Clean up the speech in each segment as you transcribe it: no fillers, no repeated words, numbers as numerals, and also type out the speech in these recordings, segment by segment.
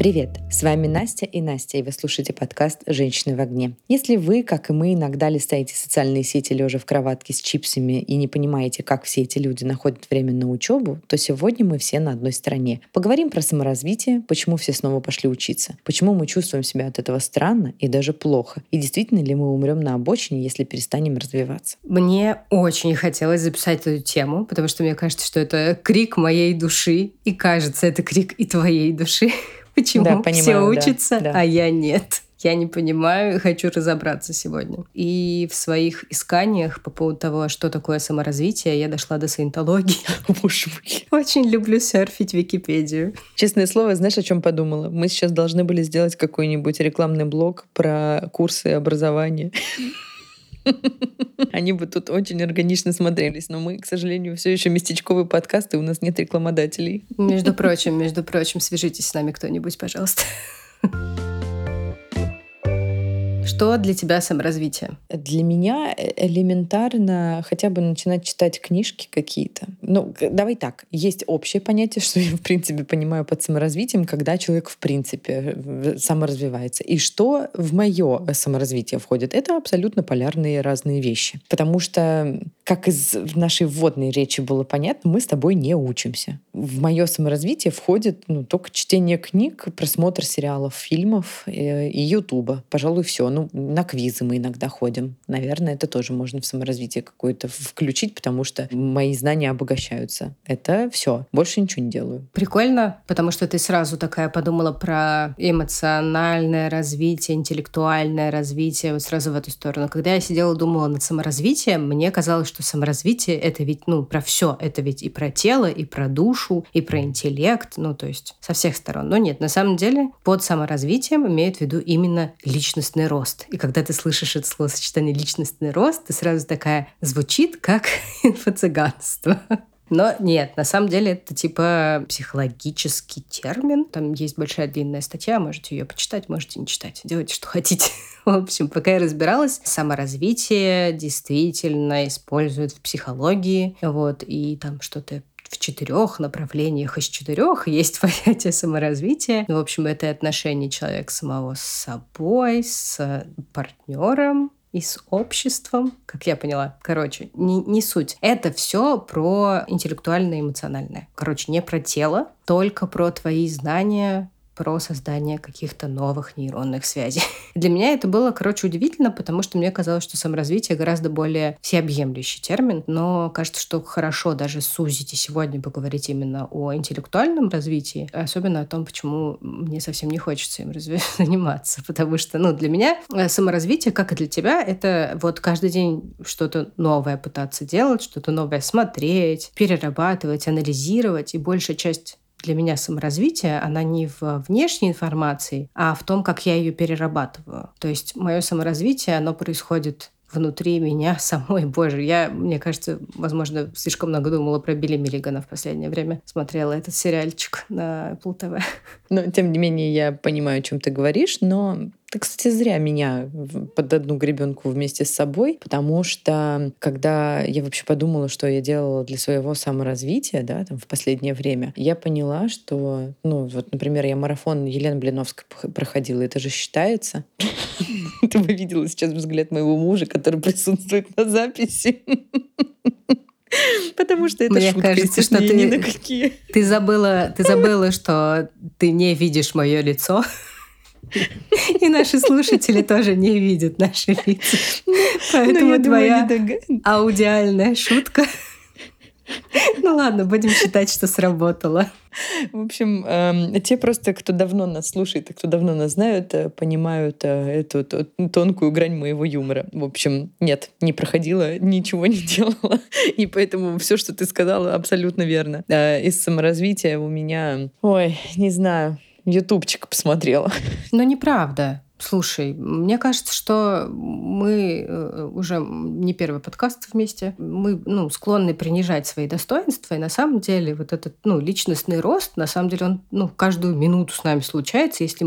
Привет! С вами Настя, и вы слушаете подкаст «Женщины в огне». Если вы, как и мы, иногда листаете социальные сети лежа в кроватке с чипсами и не понимаете, как все эти люди находят время на учебу, то сегодня мы все на одной стороне. Поговорим про саморазвитие, почему все снова пошли учиться, почему мы чувствуем себя от этого странно и даже плохо, и действительно ли мы умрем на обочине, если перестанем развиваться. Мне очень хотелось записать эту тему, потому что мне кажется, что это крик моей души, и кажется, это крик и твоей души. Почему да, понимаю, все учатся, да. а я нет? Я не понимаю и хочу разобраться сегодня. И в своих исканиях по поводу того, что такое саморазвитие, я дошла до саентологии. Боже мой. Очень люблю серфить Википедию. Честное слово, знаешь, о чем подумала? Мы сейчас должны были сделать какой-нибудь рекламный блог про курсы образования. Они бы тут очень органично смотрелись, но мы, к сожалению, все еще местечковый подкаст, и у нас нет рекламодателей. Между прочим, свяжитесь с нами кто-нибудь, пожалуйста. Что для тебя саморазвитие? Для меня элементарно хотя бы начинать читать книжки какие-то. Давай так. Есть общее понятие, что я, в принципе, понимаю под саморазвитием, когда человек, в принципе, саморазвивается. И что в мое саморазвитие входит. Это абсолютно полярные разные вещи. Потому что, как из нашей вводной речи было понятно, мы с тобой не учимся. В мое саморазвитие входит только чтение книг, просмотр сериалов, фильмов и Ютуба. Пожалуй, все. На квизы мы иногда ходим. Наверное, это тоже можно в саморазвитие какое-то включить, потому что мои знания обогащаются. Это все. Больше ничего не делаю. Прикольно, потому что ты сразу такая подумала про эмоциональное развитие, интеллектуальное развитие, вот сразу в эту сторону. Когда я сидела и думала над саморазвитием, мне казалось, что саморазвитие — это ведь, про все. Это ведь и про тело, и про душу, и про интеллект, то есть со всех сторон. Но нет, на самом деле под саморазвитием имеют в виду именно личностный рост. И когда ты слышишь это словосочетание «личностный рост», ты сразу такая: звучит как инфо-цыганство. Но нет, на самом деле это типа психологический термин. Там есть большая длинная статья, можете ее почитать, можете не читать. Делайте, что хотите. В общем, пока я разбиралась, саморазвитие действительно используют в психологии. И там что-то в 4 направлениях из 4 есть понятие саморазвития. В общем, это отношение человека самого с собой, с партнером и с обществом, как я поняла. Не суть. Это все про интеллектуальное и эмоциональное. Не про тело, только про твои знания, про создание каких-то новых нейронных связей. Для меня это было, удивительно, потому что мне казалось, что саморазвитие гораздо более всеобъемлющий термин, но кажется, что хорошо даже сузить и сегодня поговорить именно о интеллектуальном развитии, особенно о том, почему мне совсем не хочется им заниматься, потому что, для меня саморазвитие, как и для тебя, это каждый день что-то новое пытаться делать, что-то новое смотреть, перерабатывать, анализировать, и большая часть для меня саморазвитие, она не в внешней информации, а в том, как я ее перерабатываю. То есть мое саморазвитие, оно происходит внутри меня самой. Боже, мне кажется, возможно, слишком много думала про Билли Миллигана в последнее время. Смотрела этот сериальчик на Apple TV. Но, тем не менее, я понимаю, о чем ты говоришь, но ты, кстати, зря меня под одну гребенку вместе с собой, потому что когда я вообще подумала, что я делала для своего саморазвития, в последнее время, я поняла, что, например, я марафон Елены Блиновской проходила, это же считается. Ты бы видела сейчас взгляд моего мужа, который присутствует на записи. Потому что это мне шутка, кажется, что ни на какие. Ты забыла, что ты не видишь мое лицо. И наши слушатели тоже не видят наши лица. Поэтому твоя аудиальная шутка. Ладно, будем считать, что сработало. В общем, те просто, кто давно нас слушает и кто давно нас знают, понимают эту тонкую грань моего юмора. В общем, нет, не проходила, ничего не делала. И поэтому все, что ты сказала, абсолютно верно. Из саморазвития у меня, не знаю, ютубчик посмотрела. Но неправда. Слушай, мне кажется, что мы уже не первый подкаст вместе. Мы склонны принижать свои достоинства. И на самом деле вот этот личностный рост, на самом деле он каждую минуту с нами случается, если мы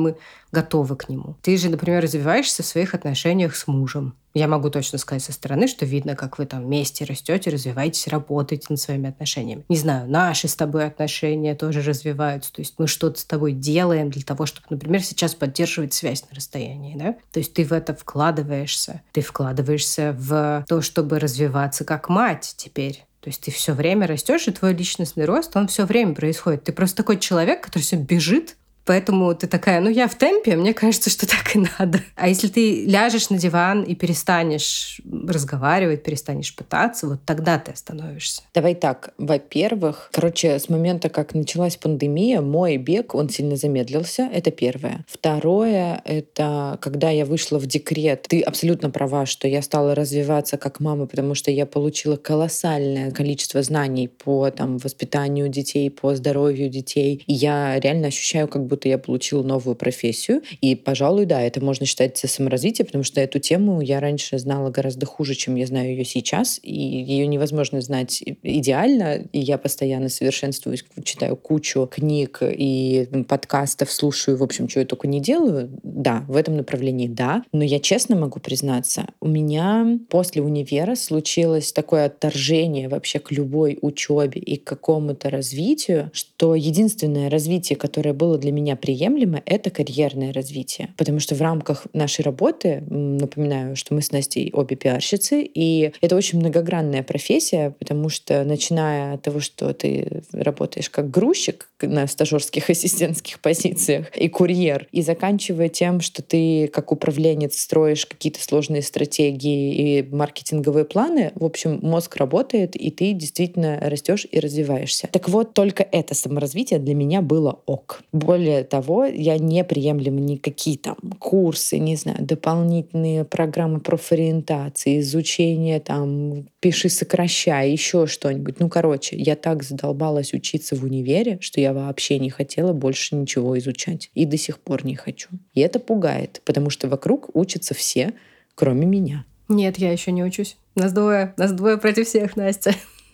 готовы к нему. Ты же, например, развиваешься в своих отношениях с мужем. Я могу точно сказать со стороны, что видно, как вы там вместе растете, развиваетесь, работаете над своими отношениями. Не знаю, наши с тобой отношения тоже развиваются. То есть мы что-то с тобой делаем для того, чтобы, например, сейчас поддерживать связь на расстоянии. Да? То есть ты в это вкладываешься. Ты вкладываешься в то, чтобы развиваться как мать теперь. То есть ты все время растешь, и твой личностный рост, он все время происходит. Ты просто такой человек, который все бежит. Поэтому ты такая, я в темпе, мне кажется, что так и надо. А если ты ляжешь на диван и перестанешь разговаривать, перестанешь пытаться, вот тогда ты остановишься. Давай так. Во-первых, с момента, как началась пандемия, мой бег, он сильно замедлился. Это первое. Второе, это когда я вышла в декрет. Ты абсолютно права, что я стала развиваться как мама, потому что я получила колоссальное количество знаний по воспитанию детей, по здоровью детей. И я реально ощущаю, как будто я получила новую профессию. И, пожалуй, да, это можно считать за саморазвитие, потому что эту тему я раньше знала гораздо хуже, чем я знаю ее сейчас. И ее невозможно знать идеально. И я постоянно совершенствуюсь, читаю кучу книг и подкастов, слушаю, в общем, чего я только не делаю. Да, в этом направлении да. Но я честно могу признаться, у меня после универа случилось такое отторжение вообще к любой учебе и к какому-то развитию, что единственное развитие, которое было для меня приемлемо, это карьерное развитие. Потому что в рамках нашей работы, напоминаю, что мы с Настей обе пиарщицы, и это очень многогранная профессия, потому что начиная от того, что ты работаешь как грузчик на стажерских ассистентских позициях и курьер, и заканчивая тем, что ты как управленец строишь какие-то сложные стратегии и маркетинговые планы, в общем, мозг работает, и ты действительно растешь и развиваешься. Так вот, только это саморазвитие для меня было ок. Более того, я не приемлема никакие курсы, не знаю, дополнительные программы профориентации, изучение пиши, сокращай, еще что-нибудь. Я так задолбалась учиться в универе, что я вообще не хотела больше ничего изучать. И до сих пор не хочу. И это пугает, потому что вокруг учатся все, кроме меня. Нет, я еще не учусь. Нас двое против всех, Настя.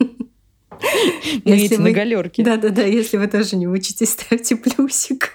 Мы эти на галерке. Да-да-да, если вы тоже не учитесь, ставьте плюсик.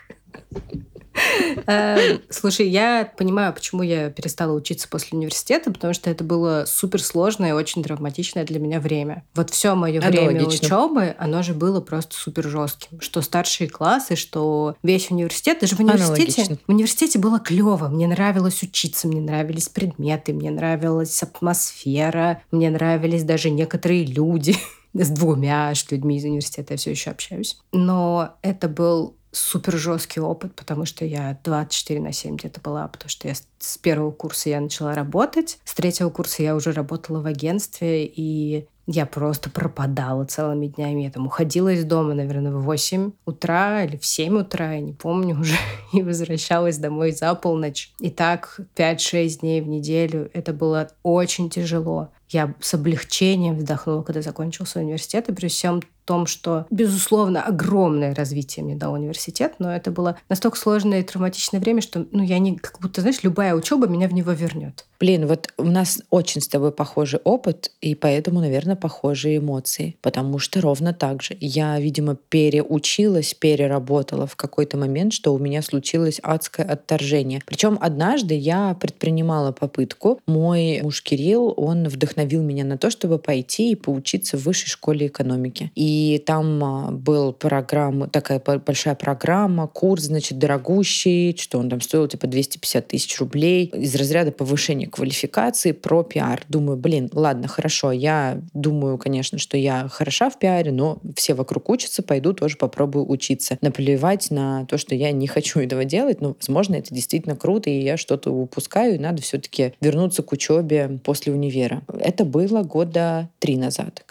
Слушай, я понимаю, почему я перестала учиться после университета, потому что это было суперсложное и очень травматичное для меня время. Вот все мое время учебы, оно же было просто супер жестким. Что старшие классы, что весь университет. Даже в университете было клево. Мне нравилось учиться, мне нравились предметы, мне нравилась атмосфера, мне нравились даже некоторые люди. С 2 людьми из университета я все еще общаюсь. Но это был супер жесткий опыт, потому что я 24/7 где-то была, потому что с 1-го курса я начала работать, с 3-го курса я уже работала в агентстве, и я просто пропадала целыми днями. Я уходила из дома, наверное, в 8 утра или в 7 утра, я не помню уже, и возвращалась домой за полночь. И так 5-6 дней в неделю. Это было очень тяжело. Я с облегчением вздохнула, когда закончился университет, и при всем том, что, безусловно, огромное развитие мне дал университет, но это было настолько сложное и травматичное время, что я не, как будто, знаешь, любая учеба меня в него вернет. Вот у нас очень с тобой похожий опыт, и поэтому, наверное, похожие эмоции. Потому что ровно так же. Я, видимо, переучилась, переработала в какой-то момент, что у меня случилось адское отторжение. Причем однажды я предпринимала попытку. Мой муж Кирилл, он вдохновил меня на то, чтобы пойти и поучиться в высшей школе экономики. И там был такая большая программа, курс, дорогущий, что он там стоил 250 тысяч рублей из разряда повышения квалификации про пиар. Думаю, ладно, хорошо. Я думаю, конечно, что я хороша в пиаре, но все вокруг учатся, пойду тоже попробую учиться. Наплевать на то, что я не хочу этого делать, но, возможно, это действительно круто, и я что-то упускаю, и надо все-таки вернуться к учебе после универа. Это было 3 года назад.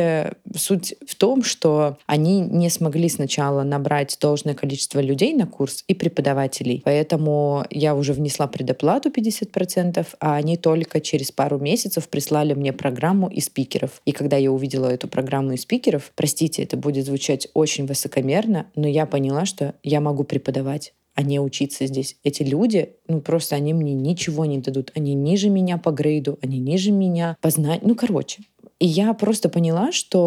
Суть в том, что они не смогли сначала набрать должное количество людей на курс и преподавателей. Поэтому я уже внесла предоплату 50%, а они только через пару месяцев прислали мне программу и спикеров. И когда я увидела эту программу и спикеров, простите, это будет звучать очень высокомерно, но я поняла, что я могу преподавать, а не учиться здесь. Эти люди, просто они мне ничего не дадут. Они ниже меня по грейду, они ниже меня по знанию. И я просто поняла, что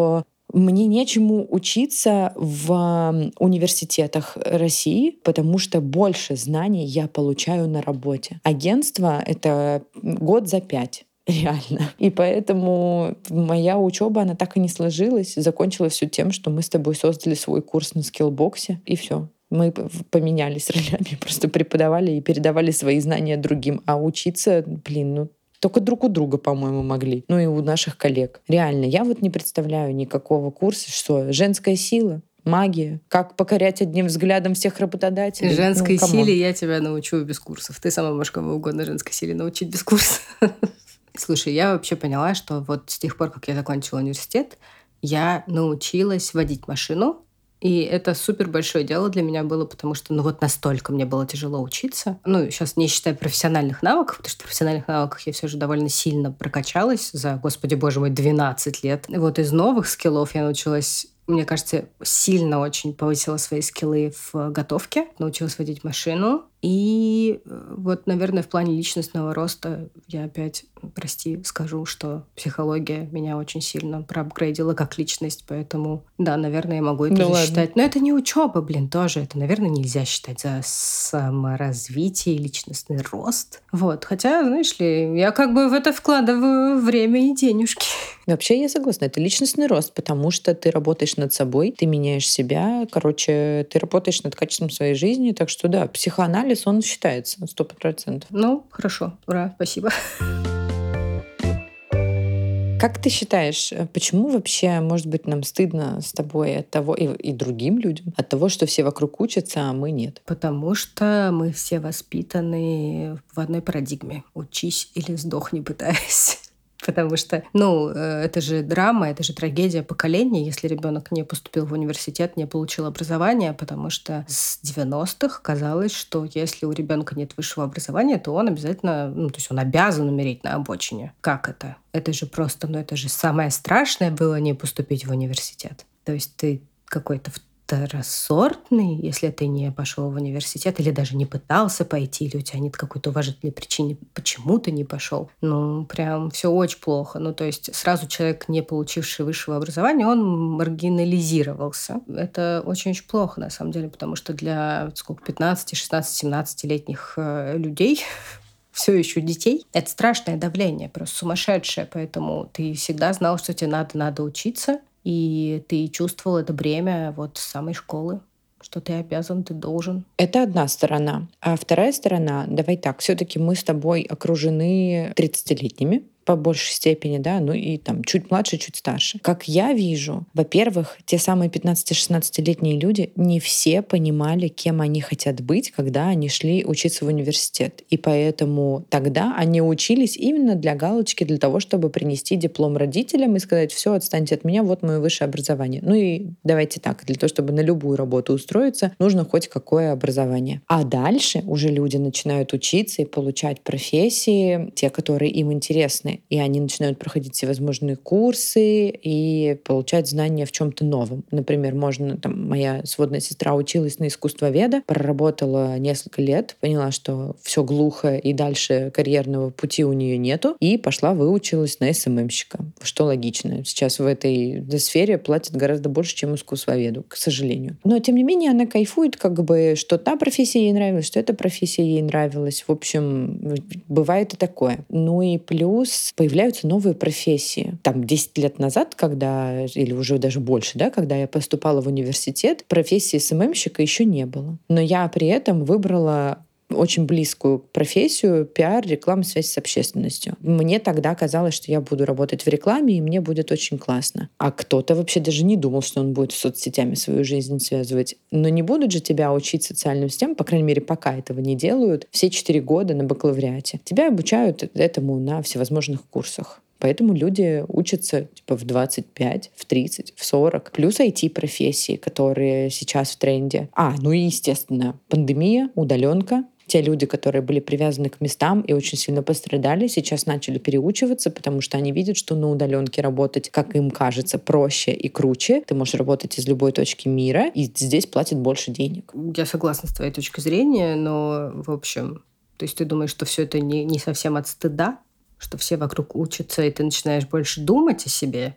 Мне нечему учиться в университетах России, потому что больше знаний я получаю на работе. Агентство — это год за 5. Реально. И поэтому моя учеба, она так и не сложилась. Закончилась все тем, что мы с тобой создали свой курс на скиллбоксе, и все. Мы поменялись ролями, просто преподавали и передавали свои знания другим. А учиться, только друг у друга, по-моему, могли. Ну и у наших коллег. Реально, я вот не представляю никакого курса, что женская сила, магия, как покорять одним взглядом всех работодателей. Женской силе я тебя научу без курсов. Ты сама можешь кого угодно женской силе научить без курсов. Слушай, я вообще поняла, что вот с тех пор, как я закончила университет, я научилась водить машину. И это супер большое дело для меня было, потому что вот настолько мне было тяжело учиться. Сейчас не считая профессиональных навыков, потому что в профессиональных навыках я все же довольно сильно прокачалась за, господи боже мой, 12 лет. Вот из новых скиллов я научилась, мне кажется, сильно очень повысила свои скиллы в готовке, научилась водить машину. И вот, наверное, в плане личностного роста я опять, скажу, что психология меня очень сильно проапгрейдила как личность, поэтому, да, наверное, я могу это засчитать. Но это не учеба, тоже. Это, наверное, нельзя считать за саморазвитие и личностный рост. Вот. Хотя, знаешь ли, я как бы в это вкладываю время и денежки. Вообще я согласна, это личностный рост, потому что ты работаешь над собой, ты меняешь себя, ты работаешь над качеством своей жизни, так что да, психоанализ, он считается 100%. Хорошо, ура, спасибо. Как ты считаешь, почему вообще, может быть, нам стыдно с тобой от того, и другим людям, от того, что все вокруг учатся, а мы нет? Потому что мы все воспитаны в одной парадигме. Учись или сдохни, пытаясь. Потому что, это же драма, это же трагедия поколения, если ребенок не поступил в университет, не получил образование, потому что с 90-х казалось, что если у ребенка нет высшего образования, то он обязательно, то есть он обязан умереть на обочине. Как это? Это же просто, это же самое страшное было не поступить в университет. То есть ты какой-то второсортный, если ты не пошел в университет или даже не пытался пойти, или у тебя нет какой-то уважительной причины, почему ты не пошел. Прям все очень плохо. То есть сразу человек, не получивший высшего образования, он маргинализировался. Это очень-очень плохо, на самом деле, потому что для 15, 16, 17-летних людей все еще детей. Это страшное давление, просто сумасшедшее. Поэтому ты всегда знал, что тебе надо учиться, и ты чувствовал это бремя с самой школы, что ты обязан, ты должен. Это одна сторона. А вторая сторона, давай так, все-таки мы с тобой окружены 30-летними, по большей степени, да, и там чуть младше, чуть старше. Как я вижу, во-первых, те самые 15-16-летние люди не все понимали, кем они хотят быть, когда они шли учиться в университет. И поэтому тогда они учились именно для галочки, для того, чтобы принести диплом родителям и сказать: все, отстаньте от меня, вот мое высшее образование. И давайте так, для того, чтобы на любую работу устроиться, нужно хоть какое образование. А дальше уже люди начинают учиться и получать профессии, те, которые им интересны. И они начинают проходить всевозможные курсы и получать знания в чем-то новом. Например, моя сводная сестра училась на искусствоведа, проработала несколько лет, поняла, что все глухо и дальше карьерного пути у нее нету, и пошла выучилась на СММщика, что логично. Сейчас в этой сфере платят гораздо больше, чем искусствоведу, к сожалению. Но, тем не менее, она кайфует, что та профессия ей нравилась, что эта профессия ей нравилась. В общем, бывает и такое. И плюс появляются новые профессии. 10 лет назад, или уже даже больше, когда я поступала в университет, профессии СММщика еще не было. Но я при этом выбрала очень близкую профессию — пиар, реклама, связь с общественностью. Мне тогда казалось, что я буду работать в рекламе, и мне будет очень классно. А кто-то вообще даже не думал, что он будет с соцсетями свою жизнь связывать. Но не будут же тебя учить социальным сетям, по крайней мере, пока этого не делают, все 4 года на бакалавриате. Тебя обучают этому на всевозможных курсах. Поэтому люди учатся в 25, в 30, в 40. Плюс IT-профессии, которые сейчас в тренде. И, естественно, пандемия, удаленка. Те люди, которые были привязаны к местам и очень сильно пострадали, сейчас начали переучиваться, потому что они видят, что на удаленке работать, как им кажется, проще и круче. Ты можешь работать из любой точки мира, и здесь платят больше денег. Я согласна с твоей точкой зрения, но, в общем, то есть ты думаешь, что все это не совсем от стыда, что все вокруг учатся, и ты начинаешь больше думать о себе,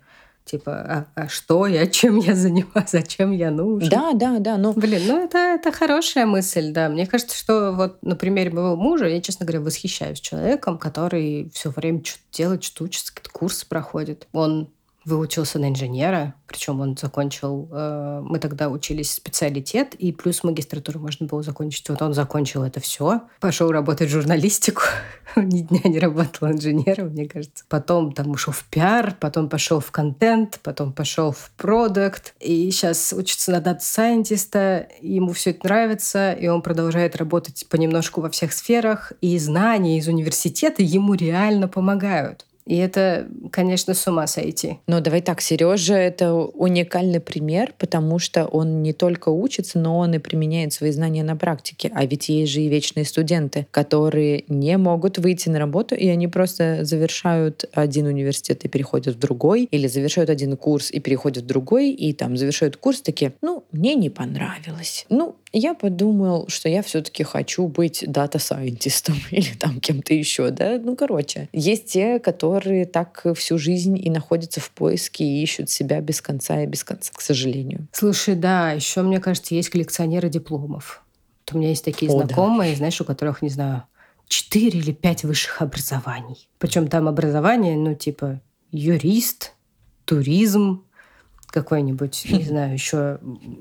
Типа, что я, чем я занимаюсь, зачем я нужен? Да. Блин, это хорошая мысль, да. Мне кажется, что вот на примере моего мужа я, честно говоря, восхищаюсь человеком, который все время что-то делает, что учится, какие-то курсы проходит. Он выучился на инженера, причем он закончил, мы тогда учились специалитет, и плюс магистратуру можно было закончить. Вот он закончил это все, пошел работать в журналистику, ни дня не работал инженером, мне кажется. Потом там ушел в пиар, потом пошел в контент, потом пошел в продакт, и сейчас учится на дата-сайентиста, ему все это нравится, и он продолжает работать понемножку во всех сферах, и знания из университета ему реально помогают. И это, конечно, с ума сойти. Но давай так, Сережа — это уникальный пример, потому что он не только учится, но он и применяет свои знания на практике. А ведь есть же и вечные студенты, которые не могут выйти на работу, и они просто завершают один университет и переходят в другой, или завершают один курс и переходят в другой, и там завершают курс такие, мне не понравилось. Я подумал, что я все-таки хочу быть дата-сайентистом или там кем-то еще, да? Есть те, которые так всю жизнь и находятся в поиске и ищут себя без конца и без конца, к сожалению. Слушай, да, еще, мне кажется, есть коллекционеры дипломов. Вот у меня есть такие знакомые, да. Знаешь, у которых, не знаю, 4 или 5 высших образований. Причем там образование, типа юрист, туризм, какой-нибудь, не знаю, еще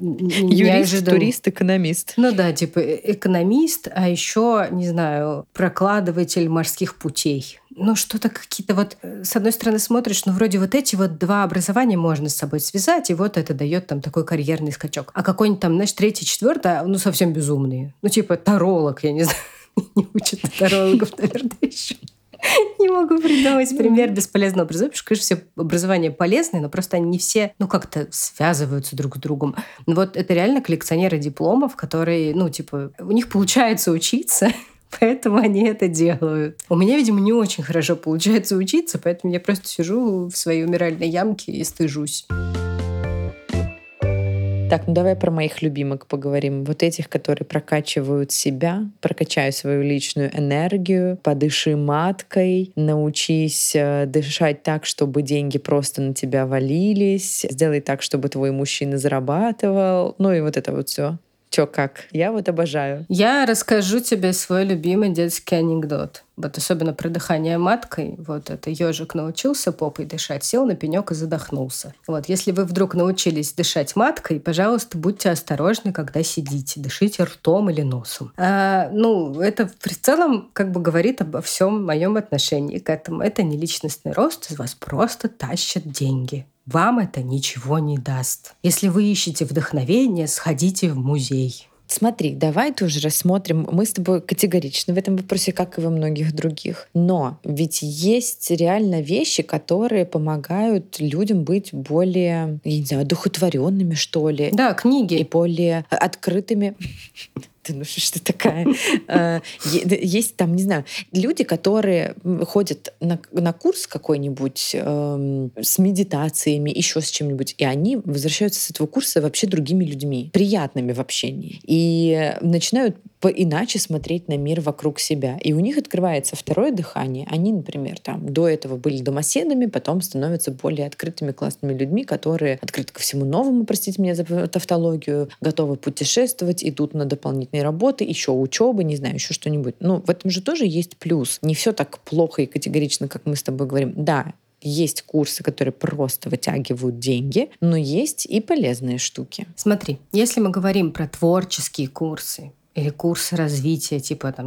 юрист, турист, экономист. Типа экономист, а еще, не знаю, прокладыватель морских путей. Что-то какие-то вот... С одной стороны смотришь, вроде вот эти вот 2 образования можно с собой связать, и вот это дает там такой карьерный скачок. А какой-нибудь там, знаешь, 3-й, 4-й, совсем безумные. Типа таролог, я не знаю. Не учат тарологов, наверное, еще. Не могу придумать пример бесполезного образования, потому что, конечно, все образования полезные, но просто они не все, как-то связываются друг с другом. Вот это реально коллекционеры дипломов, которые, у них получается учиться, поэтому они это делают. У меня, видимо, не очень хорошо получается учиться, поэтому я просто сижу в своей умиральной ямке и стыжусь. Так, давай про моих любимок поговорим. Вот этих, которые прокачивают себя, прокачай свою личную энергию, подыши маткой, научись дышать так, чтобы деньги просто на тебя валились, сделай так, чтобы твой мужчина зарабатывал, и вот это вот все. Чё, как? Я вот обожаю. Я расскажу тебе свой любимый детский анекдот. Вот особенно про дыхание маткой. Вот это ежик научился попой дышать, сел на пенек и задохнулся. Вот, если вы вдруг научились дышать маткой, пожалуйста, будьте осторожны, когда сидите. Дышите ртом или носом. Это в целом говорит обо всем моем отношении к этому. Это не личностный рост, из вас просто тащат деньги. Вам это ничего не даст. Если вы ищете вдохновение, сходите в музей. Смотри, давай тоже рассмотрим. Мы с тобой категоричны в этом вопросе, как и во многих других. Но ведь есть реально вещи, которые помогают людям быть более, я не знаю, одухотворенными, что ли. Да, книги. И более открытыми. Ты что такая? Есть там, не знаю, люди, которые ходят на курс какой-нибудь с медитациями, еще с чем-нибудь, и они возвращаются с этого курса вообще другими людьми, приятными в общении, и начинают иначе смотреть на мир вокруг себя. И у них открывается второе дыхание. Они, например, до этого были домоседами, потом становятся более открытыми, классными людьми, которые открыты ко всему новому, простите меня за тавтологию, готовы путешествовать, идут на дополнительные работы, еще учебы, не знаю, еще что-нибудь. В этом же тоже есть плюс. Не все так плохо и категорично, как мы с тобой говорим. Да, есть курсы, которые просто вытягивают деньги, но есть и полезные штуки. Смотри, если мы говорим про творческие курсы, или курсы развития,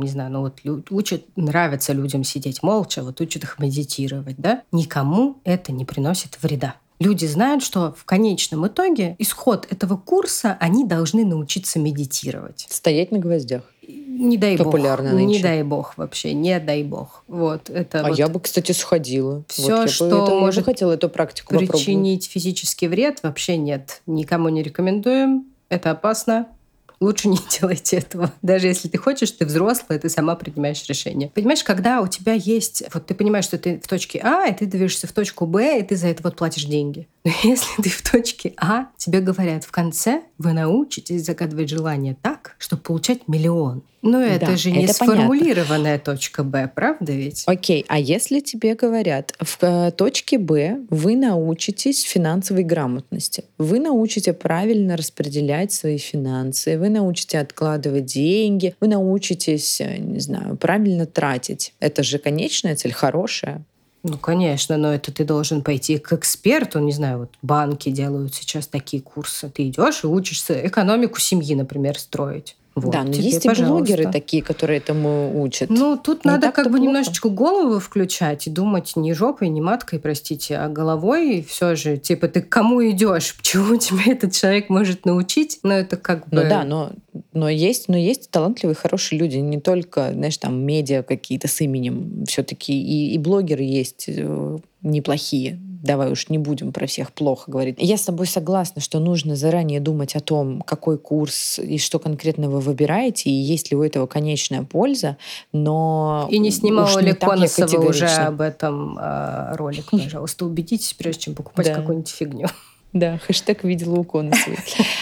нравится людям сидеть молча, учат их медитировать, да? Никому это не приносит вреда. Люди знают, что в конечном итоге исход этого курса они должны научиться медитировать. Стоять на гвоздях. Не дай бог. Популярно нынче. Не дай бог вообще, не дай бог. Я бы, кстати, сходила. Все, что может хотела эту практику причинить физический вред, вообще нет. Никому не рекомендуем. Это опасно. Лучше не делайте этого. Даже если ты хочешь, ты взрослая, ты сама принимаешь решение. Понимаешь, когда у тебя есть... ты понимаешь, что ты в точке А, и ты движешься в точку Б, и ты за это платишь деньги. Но если ты в точке А, тебе говорят, в конце вы научитесь загадывать желание так, чтобы получать миллион. Но это Да, же не это понятно. сформулированная точка Б, правда ведь? Окей, а если тебе говорят, в точке Б вы научитесь финансовой грамотности, вы научите правильно распределять свои финансы, вы научите откладывать деньги, вы научитесь, не знаю, правильно тратить. Это же конечная цель, хорошая. Ну, конечно, но это ты должен пойти к эксперту, не знаю, вот банки делают сейчас такие курсы. Ты идешь и учишься экономику семьи, например, строить. Вот Да, но тебе, есть и блогеры пожалуйста. такие, которые этому учат. Ну, тут Не надо как так-то бы плохо. немножечко голову включать и думать не жопой, не маткой, простите, а головой. Все же, типа, ты к кому идешь? Чему тебя этот человек может научить? Но это как Ну да, бы... но есть талантливые, хорошие люди, не только, знаешь, там медиа какие-то с именем, все-таки и блогеры есть неплохие. Давай уж не будем про всех плохо говорить. Я с тобой согласна, что нужно заранее думать о том, какой курс и что конкретно вы выбираете, и есть ли у этого конечная польза, но И не уж снимала не ли так я Коносова уже категорична. об этом ролик, пожалуйста, убедитесь, прежде чем покупать Да, какую-нибудь фигню. да, хэштег видела у Конусовой.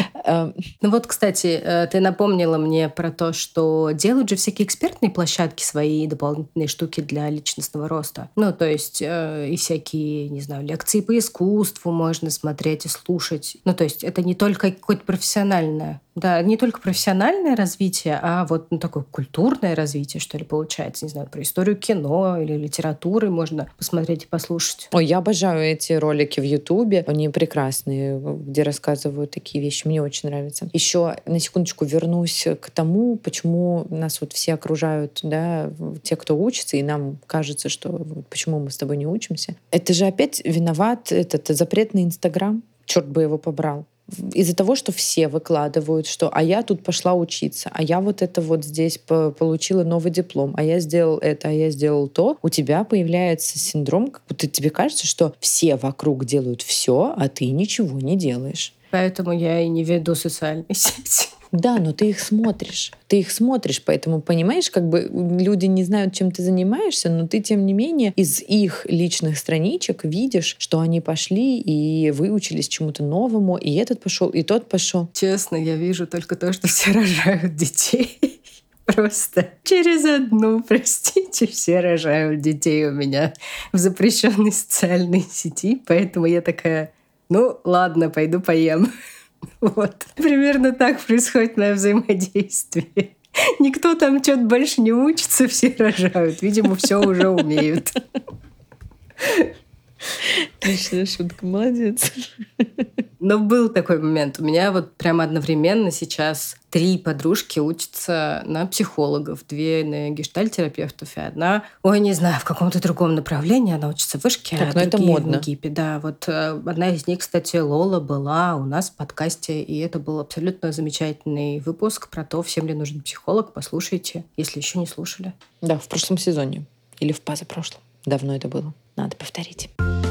Ну вот, кстати, ты напомнила мне про то, что делают же всякие экспертные площадки, свои дополнительные штуки для личностного роста. Ну, то есть и всякие, не знаю, лекции по искусству можно смотреть и слушать. Ну, то есть это не только какое-то профессиональное, да, не только профессиональное развитие, а вот такое культурное развитие, что ли, получается. Не знаю, про историю кино или литературы можно посмотреть и послушать. Ой, я обожаю эти ролики в Ютубе. Они прекрасные, где рассказывают такие вещи. Мне очень нравится. Еще на секундочку вернусь к тому, почему нас вот все окружают, да, те, кто учится, и нам кажется, что почему мы с тобой не учимся. Это же опять виноват этот запретный Инстаграм. Черт бы его побрал. Из-за того, что все выкладывают, что «а я тут пошла учиться», «а я вот это вот здесь получила новый диплом», «а я сделал это», «а я сделал то», у тебя появляется синдром, как будто тебе кажется, что все вокруг делают все, а ты ничего не делаешь. Поэтому я и не веду социальные сети. Да, но ты их смотришь, поэтому, понимаешь, как бы люди не знают, чем ты занимаешься, но ты, тем не менее, из их личных страничек видишь, что они пошли и выучились чему-то новому, и этот пошел, и тот пошел. Честно, я вижу только то, что все рожают детей. Просто через одну, простите, все рожают детей у меня в запрещенной социальной сети, поэтому я такая, ну ладно, пойду поем. Вот. Примерно так происходит мое взаимодействие. Никто там что-то больше не учится, все рожают. Видимо, все уже умеют. Отличная шутка, молодец. Но был такой момент. У меня вот прямо одновременно сейчас 3 подружки учатся на психологов, 2 на гештальт-терапевтов, и одна, ой, не знаю, в каком-то другом направлении, она учится в вышке, Так, а ну это другие в модно. МГИПе. Да, вот одна из них, кстати, Лола, была у нас в подкасте, и это был абсолютно замечательный выпуск про то, всем ли нужен психолог. Послушайте, если еще не слушали. Да, в прошлом сезоне. Или в позапрошлом. Давно это было. Надо повторить.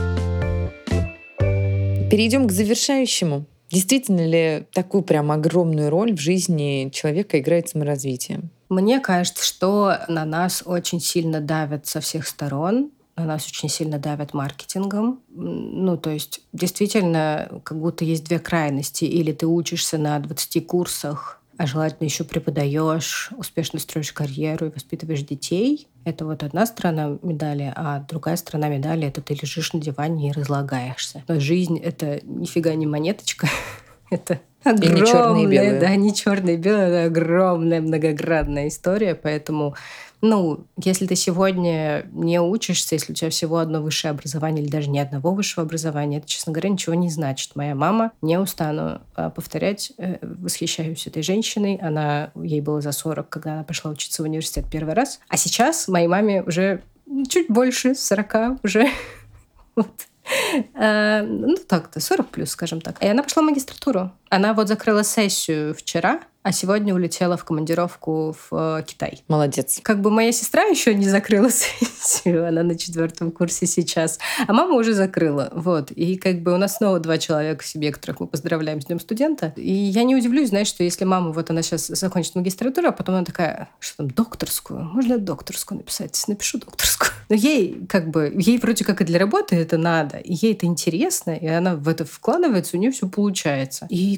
Перейдем к завершающему. Действительно ли такую прям огромную роль в жизни человека играет саморазвитие? Мне кажется, что на нас очень сильно давят со всех сторон, на нас очень сильно давят маркетингом. Ну, то есть, действительно, как будто есть 2 крайности. Или ты учишься на 20 курсах, а желательно еще преподаешь, успешно строишь карьеру и воспитываешь детей. Это вот одна сторона медали, а другая сторона медали — это ты лежишь на диване и разлагаешься. Но жизнь — это нифига не монеточка. Это И не черные и белые. огромная, да, не черное и белое, это огромная многогранная история, поэтому, ну, если ты сегодня не учишься, если у тебя всего одно высшее образование или даже ни одного высшего образования, это, честно говоря, ничего не значит. Моя мама, не устану повторять, восхищаюсь этой женщиной. Ей было за 40, когда она пошла учиться в университет первый раз. А сейчас моей маме уже чуть больше 40 уже. Вот. Ну так-то, 40 плюс, скажем так. И она пошла в магистратуру. Она вот закрыла сессию вчера, а сегодня улетела в командировку в Китай. Молодец. Как бы моя сестра еще не закрыла сессию, она на 4-м курсе сейчас, а мама уже закрыла. Вот. И как бы у нас снова 2 человека в семье, которых мы поздравляем с Днем студента. И я не удивлюсь, знаешь, что если мама, вот она сейчас закончит магистратуру, а потом она такая, что там, докторскую? Можно докторскую написать? Напишу докторскую. Но ей вроде как и для работы это надо, и ей это интересно, и она в это вкладывается, у нее все получается. И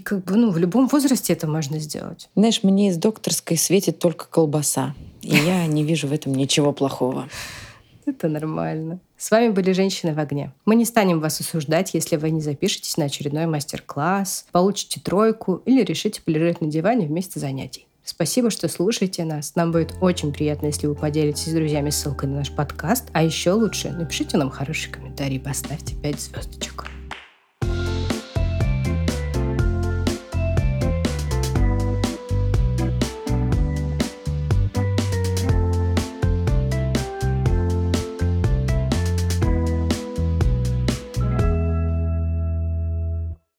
как бы, в любом возрасте это можно сделать. Знаешь, мне из докторской светит только колбаса. И я не вижу в этом ничего плохого. Это нормально. С вами были «Женщины в огне». Мы не станем вас осуждать, если вы не запишетесь на очередной мастер-класс, получите 3 или решите полежать на диване вместо занятий. Спасибо, что слушаете нас. Нам будет очень приятно, если вы поделитесь с друзьями ссылкой на наш подкаст. А еще лучше напишите нам хороший комментарий и поставьте 5 звездочек.